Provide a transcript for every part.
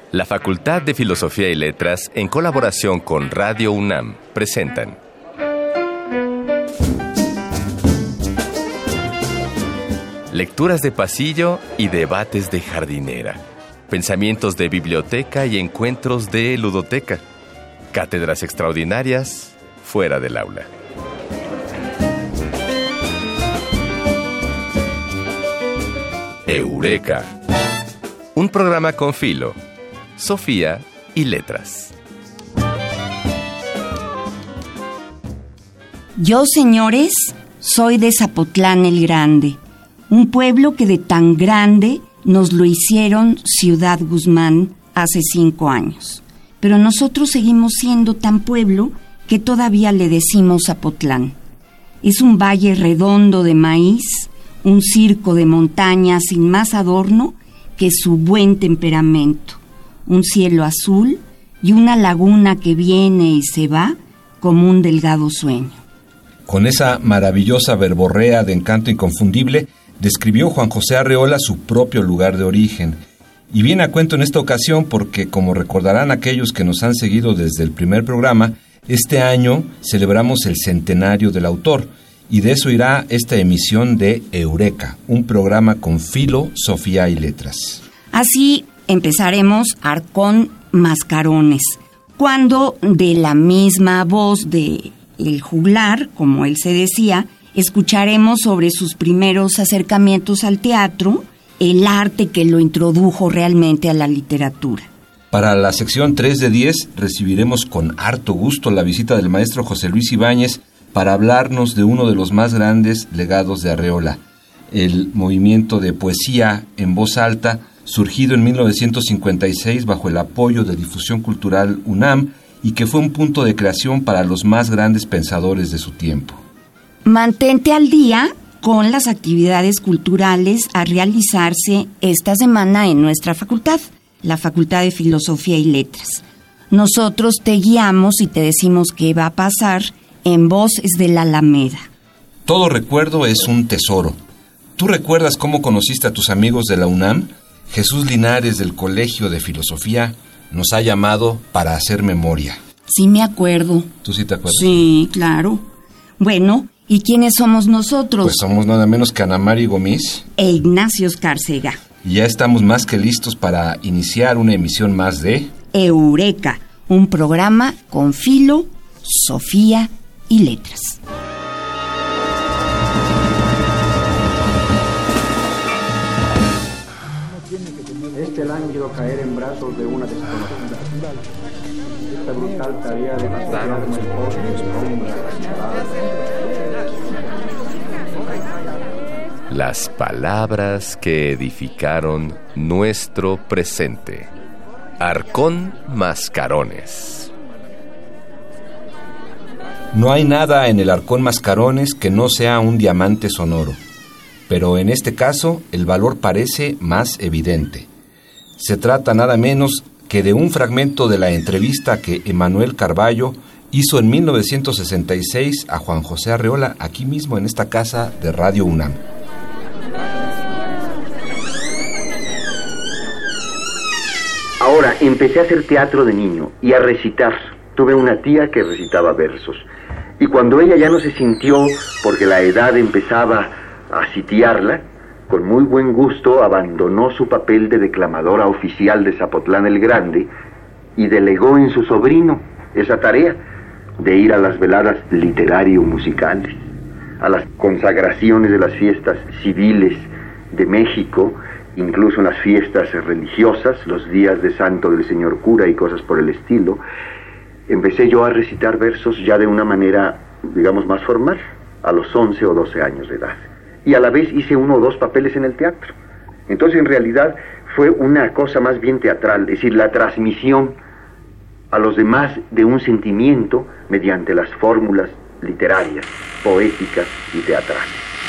La Facultad de Filosofía y Letras, en colaboración con Radio UNAM, presentan lecturas de pasillo y debates de jardinera, pensamientos de biblioteca y encuentros de ludoteca, cátedras extraordinarias fuera del aula. Eureka, un programa con Filo, Sofía y Letras. Yo, señores, soy de Zapotlán el Grande, un pueblo que de tan grande nos lo hicieron Ciudad Guzmán hace 5 años. Pero nosotros seguimos siendo tan pueblo que todavía le decimos Zapotlán. Es un valle redondo de maíz, un circo de montañas sin más adorno que su buen temperamento, un cielo azul y una laguna que viene y se va como un delgado sueño. Con esa maravillosa verborrea de encanto inconfundible, describió Juan José Arreola su propio lugar de origen. Y viene a cuento en esta ocasión porque, como recordarán aquellos que nos han seguido desde el primer programa, este año celebramos el centenario del autor, y de eso irá esta emisión de Eureka, un programa con Filo, Sofía y Letras. Así empezaremos Arcón Mascarones, cuando de la misma voz de el juglar, como él se decía, escucharemos sobre sus primeros acercamientos al teatro, el arte que lo introdujo realmente a la literatura. Para la sección 3 de 10 recibiremos con harto gusto la visita del maestro José Luis Ibáñez para hablarnos de uno de los más grandes legados de Arreola, el movimiento de poesía en voz alta, surgido en 1956 bajo el apoyo de Difusión Cultural UNAM y que fue un punto de creación para los más grandes pensadores de su tiempo. Mantente al día con las actividades culturales a realizarse esta semana en nuestra facultad, la Facultad de Filosofía y Letras. Nosotros te guiamos y te decimos qué va a pasar en Voces de la Alameda. Todo recuerdo es un tesoro. ¿Tú recuerdas cómo conociste a tus amigos de la UNAM? Jesús Linares del Colegio de Filosofía nos ha llamado para hacer memoria. Sí, me acuerdo. ¿Tú sí te acuerdas? Sí, claro. Bueno, ¿y quiénes somos nosotros? Pues somos nada menos que Ana Mari Gómez e Ignacio Escárcega. Y ya estamos más que listos para iniciar una emisión más de Eureka, un programa con Filo, Sofía y Letras. Este lánguido caer en brazos de una desconocida. Esta brutal tarea de custodiar como el pobre sombra. Las palabras que edificaron nuestro presente. Arcón Mascarones. No hay nada en el Arcón Mascarones que no sea un diamante sonoro, pero en este caso el valor parece más evidente. Se trata nada menos que de un fragmento de la entrevista que Emanuel Carballo hizo en 1966 a Juan José Arreola, aquí mismo en esta casa de Radio UNAM. Ahora, empecé a hacer teatro de niño y a recitar. Tuve una tía que recitaba versos. Y cuando ella ya no se sintió, porque la edad empezaba a sitiarla, con muy buen gusto abandonó su papel de declamadora oficial de Zapotlán el Grande y delegó en su sobrino esa tarea de ir a las veladas literario-musicales, a las consagraciones de las fiestas civiles de México, incluso en las fiestas religiosas, los días de santo del señor cura y cosas por el estilo. Empecé yo a recitar versos ya de una manera, digamos, más formal, a los 11 o 12 años de edad. Y a la vez hice 1 o 2 papeles en el teatro. Entonces, en realidad, fue una cosa más bien teatral, es decir, la transmisión a los demás de un sentimiento mediante las fórmulas literarias, poéticas y teatrales.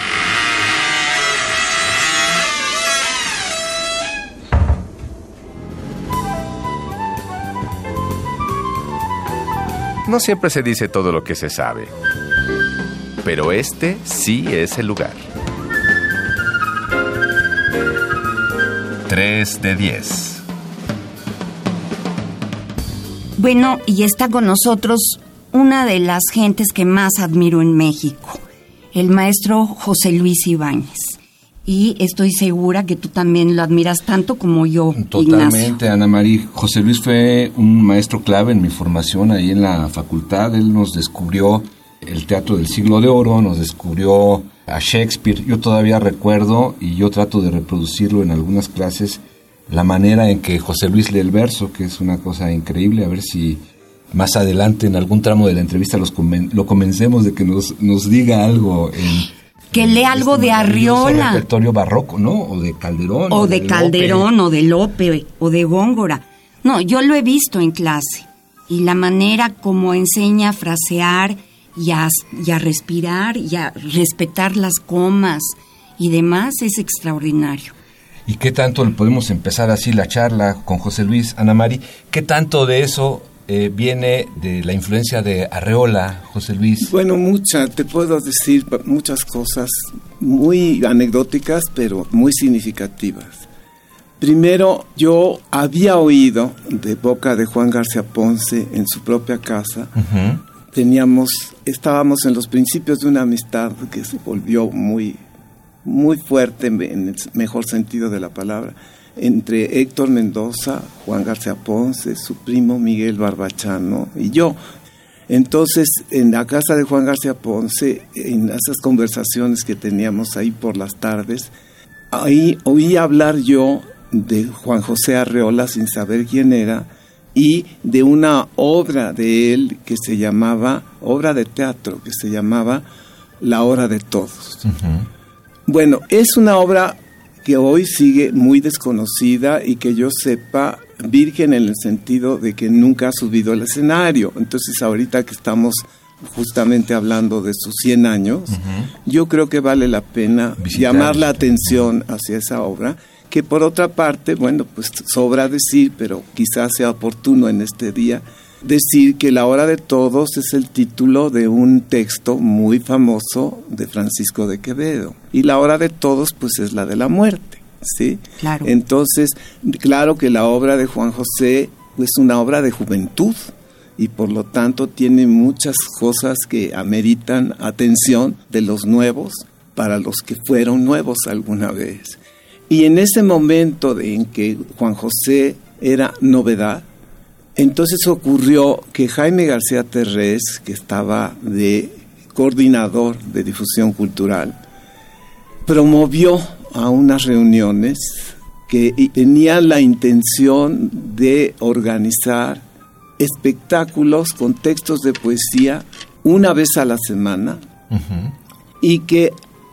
No siempre se dice todo lo que se sabe, pero este sí es el lugar. 3 de 10. Bueno, y está con nosotros una de las gentes que más admiro en México, el maestro José Luis Ibáñez. Y estoy segura que tú también lo admiras tanto como yo, Totalmente, Ignacio. Ana María. José Luis fue un maestro clave en mi formación ahí en la facultad. Él nos descubrió el teatro del siglo de oro, nos descubrió a Shakespeare. Yo todavía recuerdo, y yo trato de reproducirlo en algunas clases, la manera en que José Luis lee el verso, que es una cosa increíble. A ver si más adelante en algún tramo de la entrevista lo convencemos de que nos diga algo que lee algo de Arriola. Repertorio barroco, ¿no? O de Calderón. O de Calderón, Lope. o de Lope, o de Góngora. No, yo lo he visto en clase. Y la manera como enseña a frasear y a respirar y a respetar las comas y demás es extraordinario. ¿Y qué tanto podemos empezar así la charla con José Luis, Ana Mari? ¿Qué tanto de eso viene de la influencia de Arreola, José Luis? Bueno, te puedo decir muchas cosas muy anecdóticas, pero muy significativas. Primero, yo había oído de boca de Juan García Ponce en su propia casa. Uh-huh. Estábamos en los principios de una amistad que se volvió muy, muy fuerte en el mejor sentido de la palabra, entre Héctor Mendoza, Juan García Ponce, su primo Miguel Barbachano y yo. Entonces, en la casa de Juan García Ponce, en esas conversaciones que teníamos ahí por las tardes, ahí oí hablar yo de Juan José Arreola sin saber quién era, y de una obra de él que se llamaba, obra de teatro, que se llamaba La Hora de Todos. Uh-huh. Bueno, es una obra que hoy sigue muy desconocida y que yo sepa virgen en el sentido de que nunca ha subido al escenario. Entonces ahorita que estamos justamente hablando de sus 100 años, uh-huh, yo creo que vale la pena llamar la atención hacia esa obra, que por otra parte, bueno, pues sobra decir, pero quizás sea oportuno en este día, decir que La Hora de Todos es el título de un texto muy famoso de Francisco de Quevedo. Y La Hora de Todos, pues es la de la muerte, ¿sí? Claro. Entonces, claro que la obra de Juan José es una obra de juventud y por lo tanto tiene muchas cosas que ameritan atención de los nuevos para los que fueron nuevos alguna vez. Y en ese momento en que Juan José era novedad, entonces ocurrió que Jaime García Terrés, que estaba de coordinador de difusión cultural, promovió a unas reuniones que tenían la intención de organizar espectáculos con textos de poesía una vez a la semana, uh-huh, y que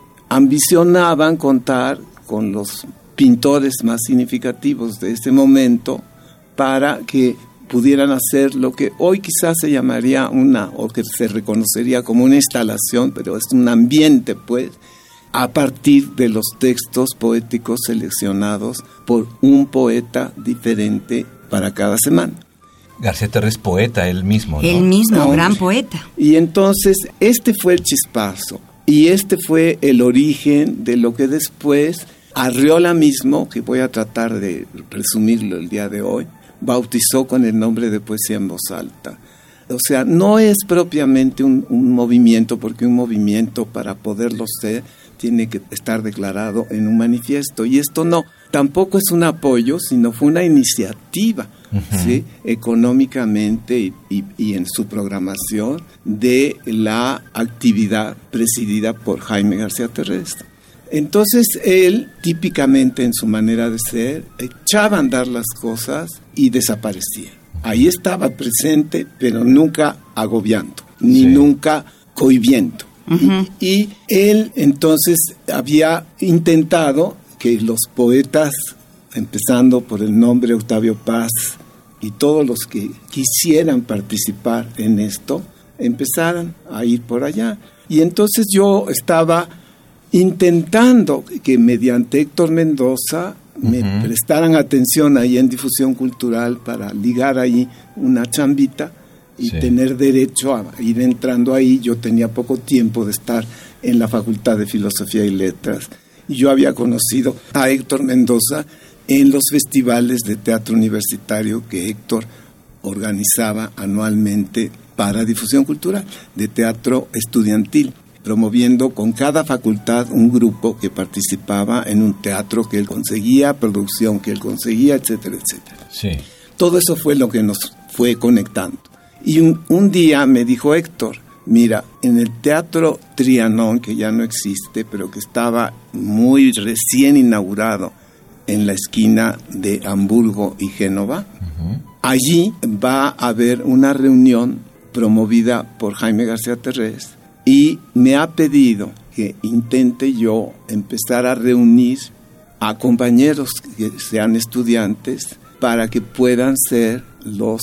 ambicionaban contar con los pintores más significativos de ese momento para que pudieran hacer lo que hoy quizás se llamaría o que se reconocería como una instalación, pero es un ambiente, pues, a partir de los textos poéticos seleccionados por un poeta diferente para cada semana. García Terrés, poeta, él mismo, ¿no? Él mismo, gran poeta. Y entonces, este fue el chispazo, y este fue el origen de lo que después Arreola mismo, que voy a tratar de resumirlo el día de hoy, bautizó con el nombre de Poesía en Voz Alta. O sea, no es propiamente un movimiento, porque un movimiento para poderlo ser tiene que estar declarado en un manifiesto, y esto no, tampoco es un apoyo, sino fue una iniciativa, uh-huh, ¿sí? Económicamente y en su programación de la actividad presidida por Jaime García Terrés. Entonces él, típicamente en su manera de ser, echaba a andar las cosas y desaparecía. Ahí estaba presente, pero nunca agobiando, ni sí, nunca cohibiendo. Uh-huh. Y él entonces había intentado que los poetas, empezando por el nombre Octavio Paz, y todos los que quisieran participar en esto, empezaran a ir por allá. Y entonces yo estaba intentando que mediante Héctor Mendoza me uh-huh, prestaran atención ahí en difusión cultural para ligar ahí una chambita y sí, tener derecho a ir entrando ahí. Yo tenía poco tiempo de estar en la Facultad de Filosofía y Letras y yo había conocido a Héctor Mendoza en los festivales de teatro universitario que Héctor organizaba anualmente para difusión cultural de teatro estudiantil, promoviendo con cada facultad un grupo que participaba en un teatro que él conseguía, producción que él conseguía, etcétera, etcétera. Sí. Todo eso fue lo que nos fue conectando. Y un día me dijo Héctor, mira, en el Teatro Trianon, que ya no existe, pero que estaba muy recién inaugurado en la esquina de Hamburgo y Génova, allí va a haber una reunión promovida por Jaime García Terrés, y me ha pedido que intente yo empezar a reunir a compañeros que sean estudiantes para que puedan ser los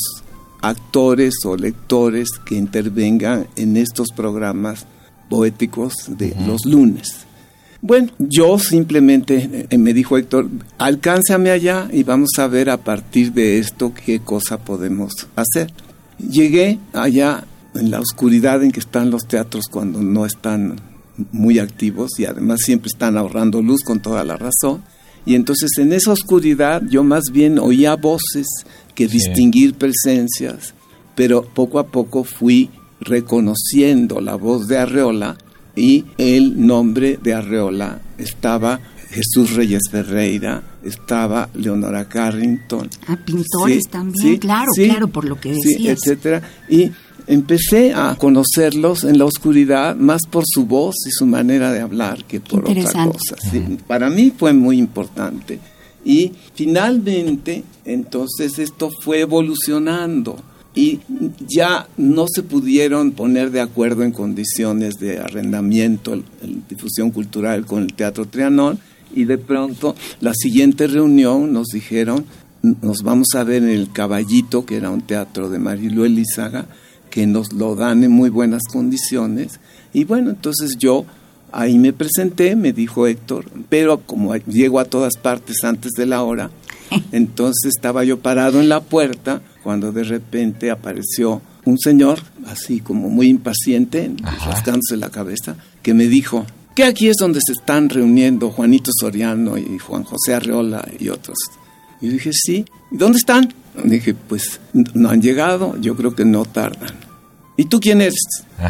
actores o lectores que intervengan en estos programas poéticos de los lunes. Bueno, yo simplemente me dijo Héctor, alcánzame allá y vamos a ver a partir de esto qué cosa podemos hacer. Llegué allá en la oscuridad en que están los teatros cuando no están muy activos y además siempre están ahorrando luz con toda la razón. Y entonces en esa oscuridad yo más bien oía voces que distinguir presencias, pero poco a poco fui reconociendo la voz de Arreola y el nombre de Arreola estaba Jesús Reyes Ferreira, estaba Leonora Carrington. Pintores también, claro, por lo que decías. Sí, etcétera. Y empecé a conocerlos en la oscuridad más por su voz y su manera de hablar que por otra cosa. Sí, para mí fue muy importante. Y finalmente, entonces esto fue evolucionando y ya no se pudieron poner de acuerdo en condiciones de arrendamiento, difusión cultural con el Teatro Trianon, y de pronto la siguiente reunión nos dijeron, nos vamos a ver en el Caballito, que era un teatro de Marilu Elízaga, que nos lo dan en muy buenas condiciones. Y bueno, entonces yo ahí me presenté, me dijo Héctor, pero como llego a todas partes antes de la hora, entonces estaba yo parado en la puerta cuando de repente apareció un señor, así como muy impaciente, rasgándose la cabeza, que me dijo, que aquí es donde se están reuniendo Juanito Soriano y Juan José Arreola y otros. Y dije, sí. ¿Y dónde están? Dije, pues no han llegado, yo creo que no tardan. ¿Y tú quién eres?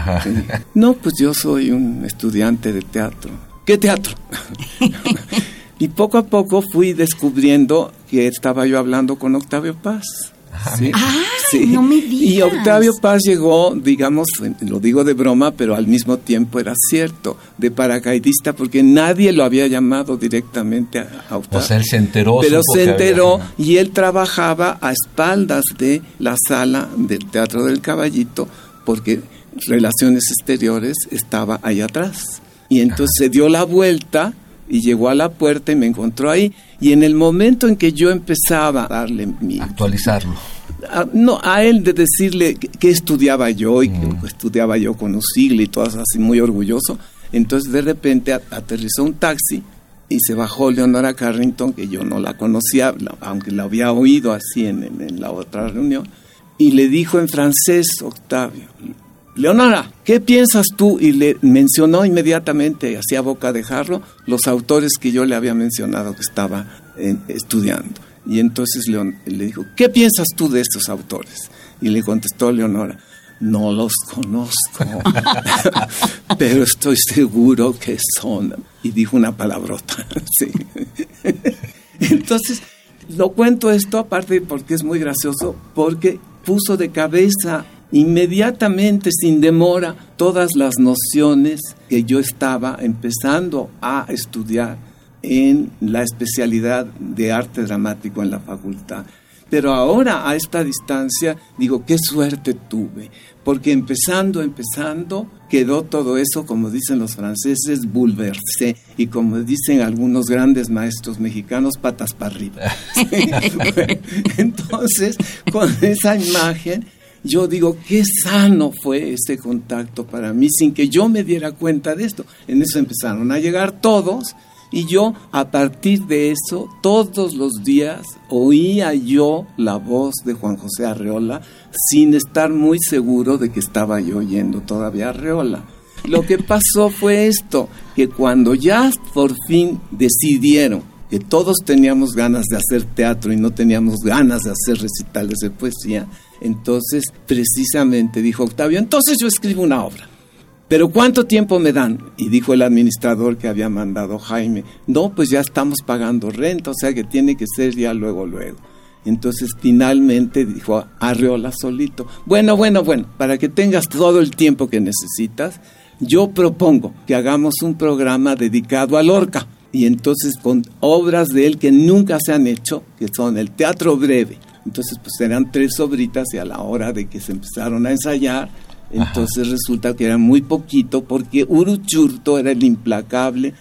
No, pues yo soy un estudiante de teatro. ¿Qué teatro? Y poco a poco fui descubriendo que estaba yo hablando con Octavio Paz. ¿Sí? Sí. No me digas. Y Octavio Paz llegó, digamos, lo digo de broma, pero al mismo tiempo era cierto, de paracaidista, porque nadie lo había llamado directamente a Octavio. O sea, él se enteró. Pero se enteró y él trabajaba a espaldas de la sala del Teatro del Caballito, porque Relaciones Exteriores estaba ahí atrás. Y entonces se dio la vuelta y llegó a la puerta y me encontró ahí. Y en el momento en que yo empezaba a darle actualizarlo. A él de decirle que estudiaba yo y que estudiaba yo con Usigli y todo así muy orgulloso. Entonces de repente aterrizó un taxi y se bajó Leonora Carrington, que yo no la conocía, aunque la había oído así en la otra reunión, y le dijo en francés, Octavio, Leonora, ¿qué piensas tú? Y le mencionó inmediatamente, hacía boca de jarro, los autores que yo le había mencionado que estaba estudiando. Y entonces le dijo, ¿qué piensas tú de estos autores? Y le contestó Leonora, no los conozco, pero estoy seguro que son. Y dijo una palabrota. Sí. Entonces, lo cuento esto aparte porque es muy gracioso, porque puso de cabeza inmediatamente, sin demora, todas las nociones que yo estaba empezando a estudiar en la especialidad de arte dramático en la facultad. Pero ahora, a esta distancia, digo, qué suerte tuve, porque empezando, quedó todo eso, como dicen los franceses, bouleversé, y como dicen algunos grandes maestros mexicanos, patas para arriba. Entonces, con esa imagen, yo digo, qué sano fue este contacto para mí, sin que yo me diera cuenta de esto. En eso empezaron a llegar todos, y yo, a partir de eso, todos los días oía yo la voz de Juan José Arreola, sin estar muy seguro de que estaba yo oyendo todavía Arreola. Lo que pasó fue esto, que cuando ya por fin decidieron que todos teníamos ganas de hacer teatro y no teníamos ganas de hacer recitales de poesía, entonces precisamente dijo Octavio, entonces yo escribo una obra. ¿Pero cuánto tiempo me dan? Y dijo el administrador que había mandado Jaime, no, pues ya estamos pagando renta, o sea que tiene que ser ya luego. Entonces finalmente dijo Arreola solito, bueno, para que tengas todo el tiempo que necesitas, yo propongo que hagamos un programa dedicado a Lorca. Y entonces con obras de él que nunca se han hecho, que son el teatro breve. Entonces pues eran 3 obritas y a la hora de que se empezaron a ensayar, entonces resulta que era muy poquito porque Uruchurto era el implacable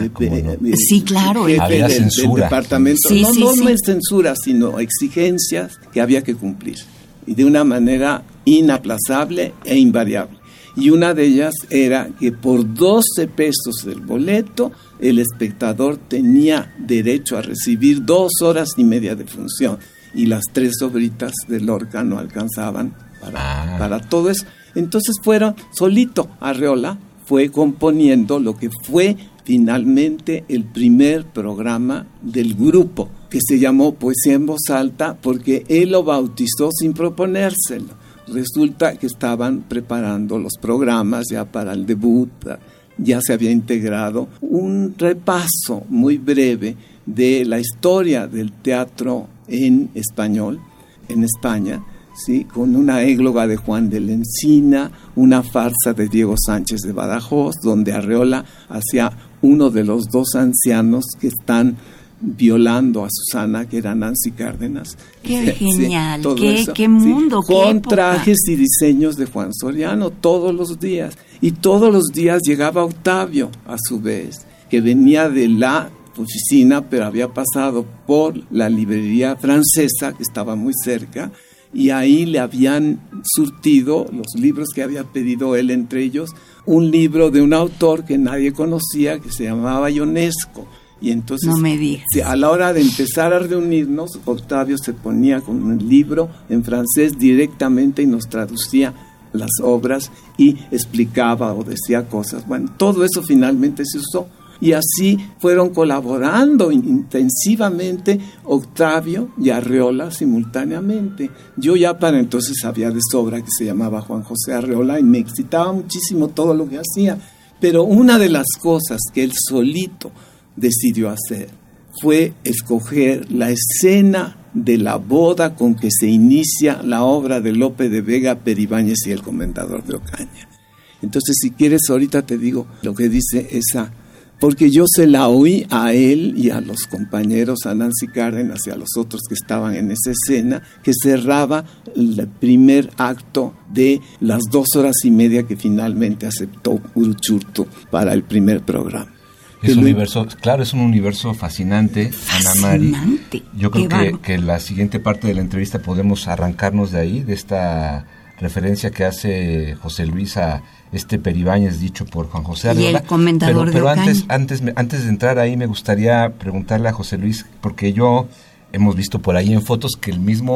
sí, claro, jefe del departamento. Sí, no es censura, sino exigencias que había que cumplir. Y de una manera inaplazable e invariable. Y una de ellas era que por 12 pesos el boleto, el espectador tenía derecho a recibir 2 horas y media de función. Y las 3 obritas de Lorca no alcanzaban para todo eso. Entonces solito Arreola fue componiendo lo que fue finalmente el primer programa del grupo, que se llamó Poesía en Voz Alta, porque él lo bautizó sin proponérselo. Resulta que estaban preparando los programas ya para el debut, ya se había integrado un repaso muy breve de la historia del teatro en español, en España, ¿sí? Con una égloga de Juan de la Encina, una farsa de Diego Sánchez de Badajoz, donde Arreola hacía uno de los 2 ancianos que están violando a Susana, que era Nancy Cárdenas. ¡Qué genial! Sí, qué mundo! Sí, con trajes y diseños de Juan Soriano todos los días. Y todos los días llegaba Octavio, a su vez, que venía de la oficina, pero había pasado por la librería francesa, que estaba muy cerca, y ahí le habían surtido los libros que había pedido él, entre ellos un libro de un autor que nadie conocía, que se llamaba Ionesco. Y entonces, no me digas. A la hora de empezar a reunirnos, Octavio se ponía con un libro en francés directamente y nos traducía las obras y explicaba o decía cosas. Bueno, todo eso finalmente se usó. Y así fueron colaborando intensivamente Octavio y Arreola simultáneamente. Yo ya para entonces sabía de sobra que se llamaba Juan José Arreola y me excitaba muchísimo todo lo que hacía. Pero una de las cosas que él solito decidió hacer fue escoger la escena de la boda con que se inicia la obra de Lope de Vega, Peribáñez y el Comendador de Ocaña. Entonces, si quieres, ahorita te digo lo que dice esa, porque yo se la oí a él y a los compañeros, a Nancy Cárdenas y a los otros que estaban en esa escena, que cerraba el primer acto de las 2 horas y media que finalmente aceptó Uruchurto para el primer programa. Es un universo, claro, es un universo fascinante, Ana Mari. Yo creo que la siguiente parte de la entrevista podemos arrancarnos de ahí, de esta referencia que hace José Luis a este Peribáñez dicho por Juan José Arreola. Y el Comendador de Ocaña. Pero antes de entrar ahí me gustaría preguntarle a José Luis, porque hemos visto por ahí en fotos que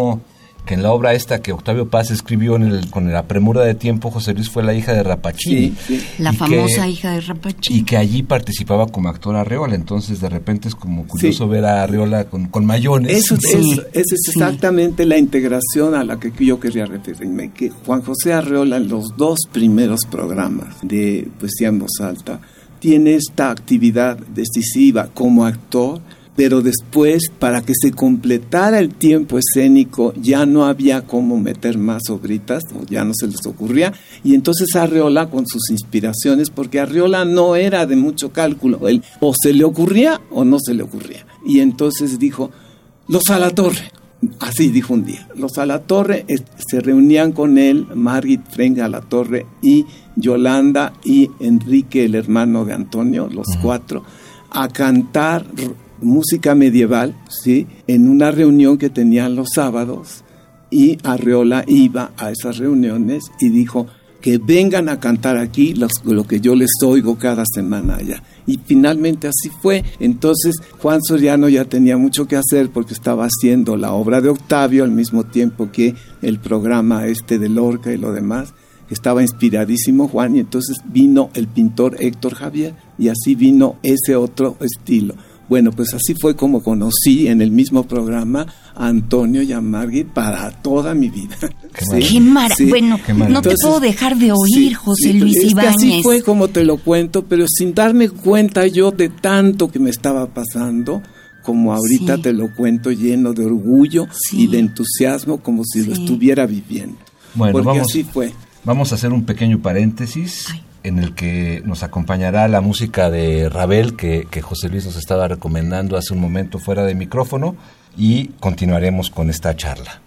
que en la obra esta que Octavio Paz escribió con la premura de tiempo, José Luis fue la hija de Rappaccini. Sí. La famosa hija de Rappaccini. Y que allí participaba como actor Arreola, entonces de repente es como curioso ver a Arreola con mayones. Eso es exactamente la integración a la que yo quería referirme, que Juan José Arreola en los 2 primeros programas de Poesía en Voz Alta tiene esta actividad decisiva como actor, pero después, para que se completara el tiempo escénico, ya no había cómo meter más obritas, o ya no se les ocurría, y entonces Arreola con sus inspiraciones, porque Arreola no era de mucho cálculo, él o se le ocurría o no se le ocurría, y entonces dijo, los Alatorre, así dijo un día, los Alatorre se reunían con él, Margit Frenk Alatorre y Yolanda y Enrique, el hermano de Antonio, los 4, a cantar música medieval, ¿sí? En una reunión que tenían los sábados, y Arreola iba a esas reuniones y dijo que vengan a cantar aquí lo que yo les oigo cada semana allá. Y finalmente así fue. Entonces Juan Soriano ya tenía mucho que hacer porque estaba haciendo la obra de Octavio al mismo tiempo que el programa de Lorca y lo demás. Estaba inspiradísimo Juan, y entonces vino el pintor Héctor Javier y así vino ese otro estilo. Bueno, pues así fue como conocí en el mismo programa a Antonio y a Margit para toda mi vida. Qué maravilla. Bueno, no te puedo dejar de oír, José Luis Ibáñez. Así fue como te lo cuento, pero sin darme cuenta yo de tanto que me estaba pasando, como ahorita te lo cuento, lleno de orgullo y de entusiasmo, como si lo estuviera viviendo. Bueno, porque así fue. Vamos a hacer un pequeño paréntesis en el que nos acompañará la música de Ravel que José Luis nos estaba recomendando hace un momento fuera de micrófono, y continuaremos con esta charla.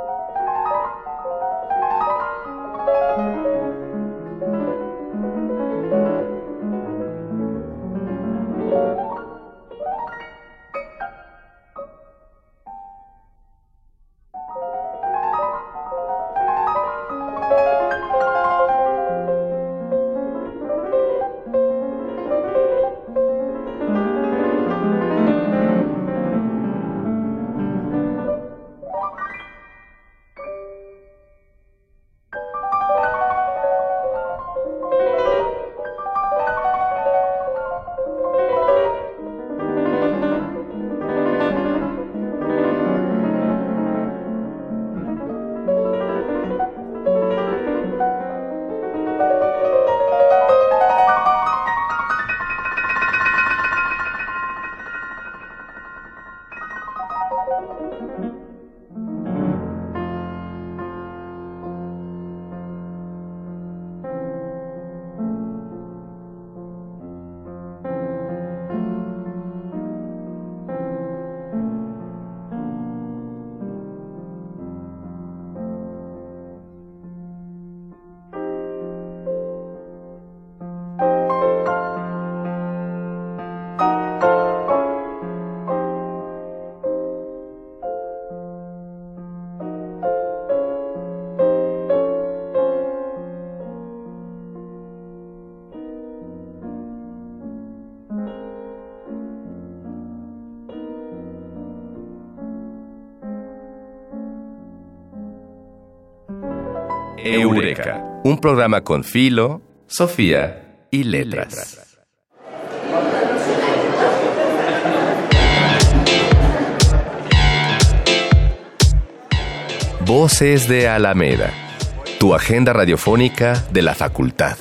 Eureka, un programa con Filo, Sofía y Letras. Voces de Alameda, tu agenda radiofónica de la facultad.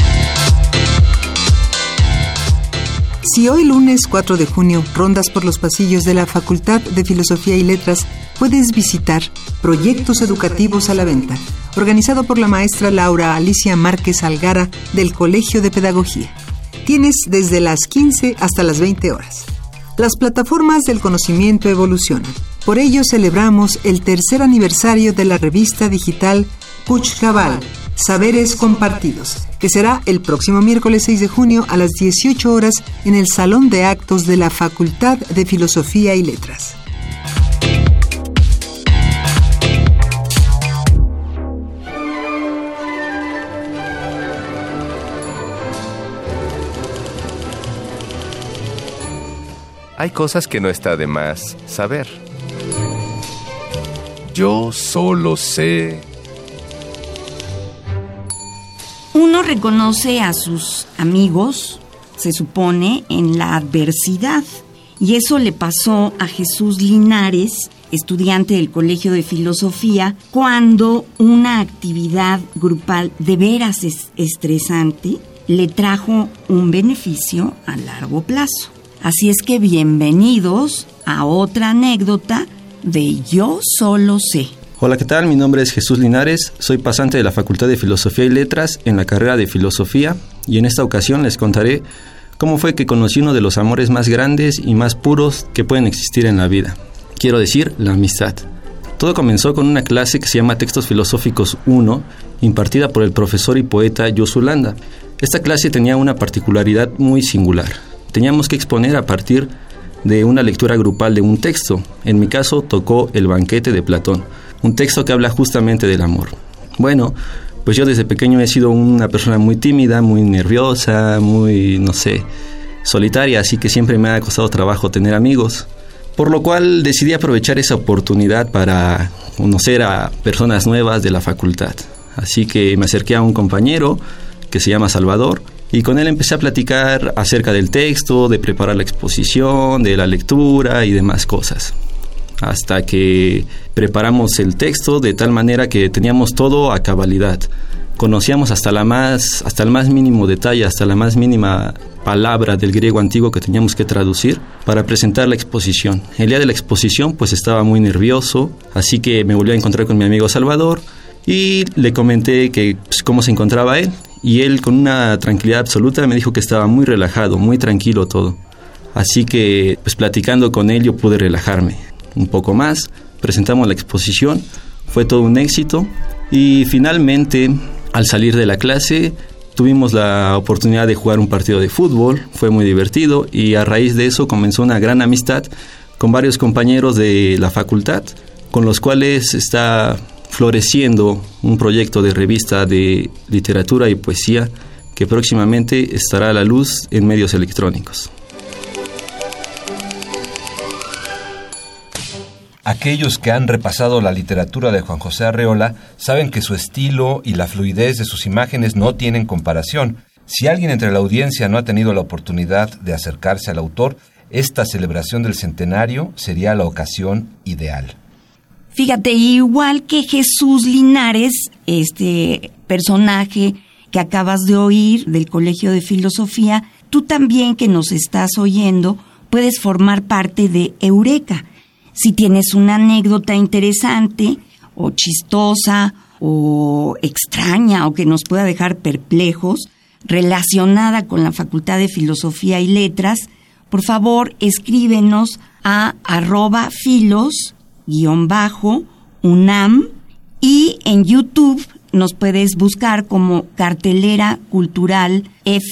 Si hoy lunes 4 de junio rondas por los pasillos de la Facultad de Filosofía y Letras, puedes visitar Proyectos Educativos a la Venta, organizado por la maestra Laura Alicia Márquez Algara del Colegio de Pedagogía. Tienes desde las 15 hasta las 20 horas. Las plataformas del conocimiento evolucionan. Por ello celebramos el tercer aniversario de la revista digital Puchjabal, Saberes Compartidos, que será el próximo miércoles 6 de junio a las 18 horas en el Salón de Actos de la Facultad de Filosofía y Letras. Hay cosas que no está de más saber. Yo solo sé. Uno reconoce a sus amigos, se supone, en la adversidad. Y eso le pasó a Jesús Linares, estudiante del Colegio de Filosofía, cuando una actividad grupal de veras estresante le trajo un beneficio a largo plazo. Así es que bienvenidos a otra anécdota de Yo Solo Sé. Hola, ¿qué tal? Mi nombre es Jesús Linares, soy pasante de la Facultad de Filosofía y Letras en la carrera de Filosofía, y en esta ocasión les contaré cómo fue que conocí uno de los amores más grandes y más puros que pueden existir en la vida. Quiero decir, la amistad. Todo comenzó con una clase que se llama Textos Filosóficos 1, impartida por el profesor y poeta Josu Landa. Esta clase tenía una particularidad muy singular. Teníamos que exponer a partir de una lectura grupal de un texto. En mi caso tocó El banquete de Platón, un texto que habla justamente del amor. Bueno, pues yo desde pequeño he sido una persona muy tímida, muy nerviosa, muy, solitaria, así que siempre me ha costado trabajo tener amigos. Por lo cual decidí aprovechar esa oportunidad para conocer a personas nuevas de la facultad. Así que me acerqué a un compañero que se llama Salvador Y con él empecé a platicar acerca del texto, de preparar la exposición, de la lectura y demás cosas. Hasta que preparamos el texto de tal manera que teníamos todo a cabalidad. Conocíamos hasta el más mínimo detalle, hasta la más mínima palabra del griego antiguo que teníamos que traducir para presentar la exposición. El día de la exposición pues estaba muy nervioso, así que me volví a encontrar con mi amigo Salvador y le comenté que cómo se encontraba él, y él con una tranquilidad absoluta me dijo que estaba muy relajado, muy tranquilo todo. Así que pues platicando con él yo pude relajarme un poco más, presentamos la exposición, fue todo un éxito y finalmente al salir de la clase tuvimos la oportunidad de jugar un partido de fútbol, fue muy divertido y a raíz de eso comenzó una gran amistad con varios compañeros de la facultad, con los cuales está floreciendo un proyecto de revista de literatura y poesía que próximamente estará a la luz en medios electrónicos. Aquellos que han repasado la literatura de Juan José Arreola saben que su estilo y la fluidez de sus imágenes no tienen comparación. Si alguien entre la audiencia no ha tenido la oportunidad de acercarse al autor, esta celebración del centenario sería la ocasión ideal. Fíjate, igual que Jesús Linares, este personaje que acabas de oír del Colegio de Filosofía, tú también que nos estás oyendo puedes formar parte de Eureka. Si tienes una anécdota interesante o chistosa o extraña o que nos pueda dejar perplejos relacionada con la Facultad de Filosofía y Letras, por favor escríbenos a @filos_UNAM y en YouTube nos puedes buscar como Cartelera Cultural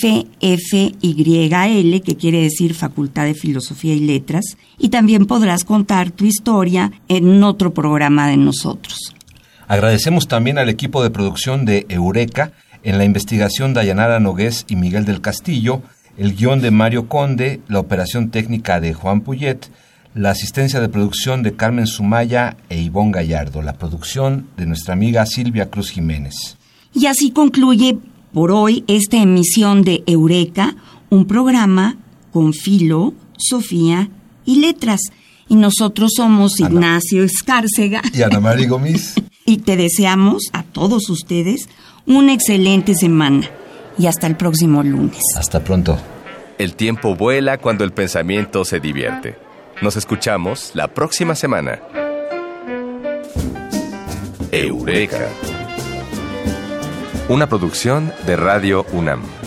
FFYL, que quiere decir Facultad de Filosofía y Letras, y también podrás contar tu historia en otro programa de nosotros. Agradecemos también al equipo de producción de Eureka, en la investigación Dayanara Nogués y Miguel del Castillo, el guión de Mario Conde, la operación técnica de Juan Puyet, la asistencia de producción de Carmen Sumaya e Ivonne Gallardo, la producción de nuestra amiga Silvia Cruz Jiménez. Y así concluye por hoy esta emisión de Eureka, un programa con filosofía y letras. Y nosotros somos Ignacio Escárcega y Ana María Gómez. Y te deseamos a todos ustedes una excelente semana. Y hasta el próximo lunes. Hasta pronto. El tiempo vuela cuando el pensamiento se divierte. Nos escuchamos la próxima semana. Eureka. Una producción de Radio UNAM.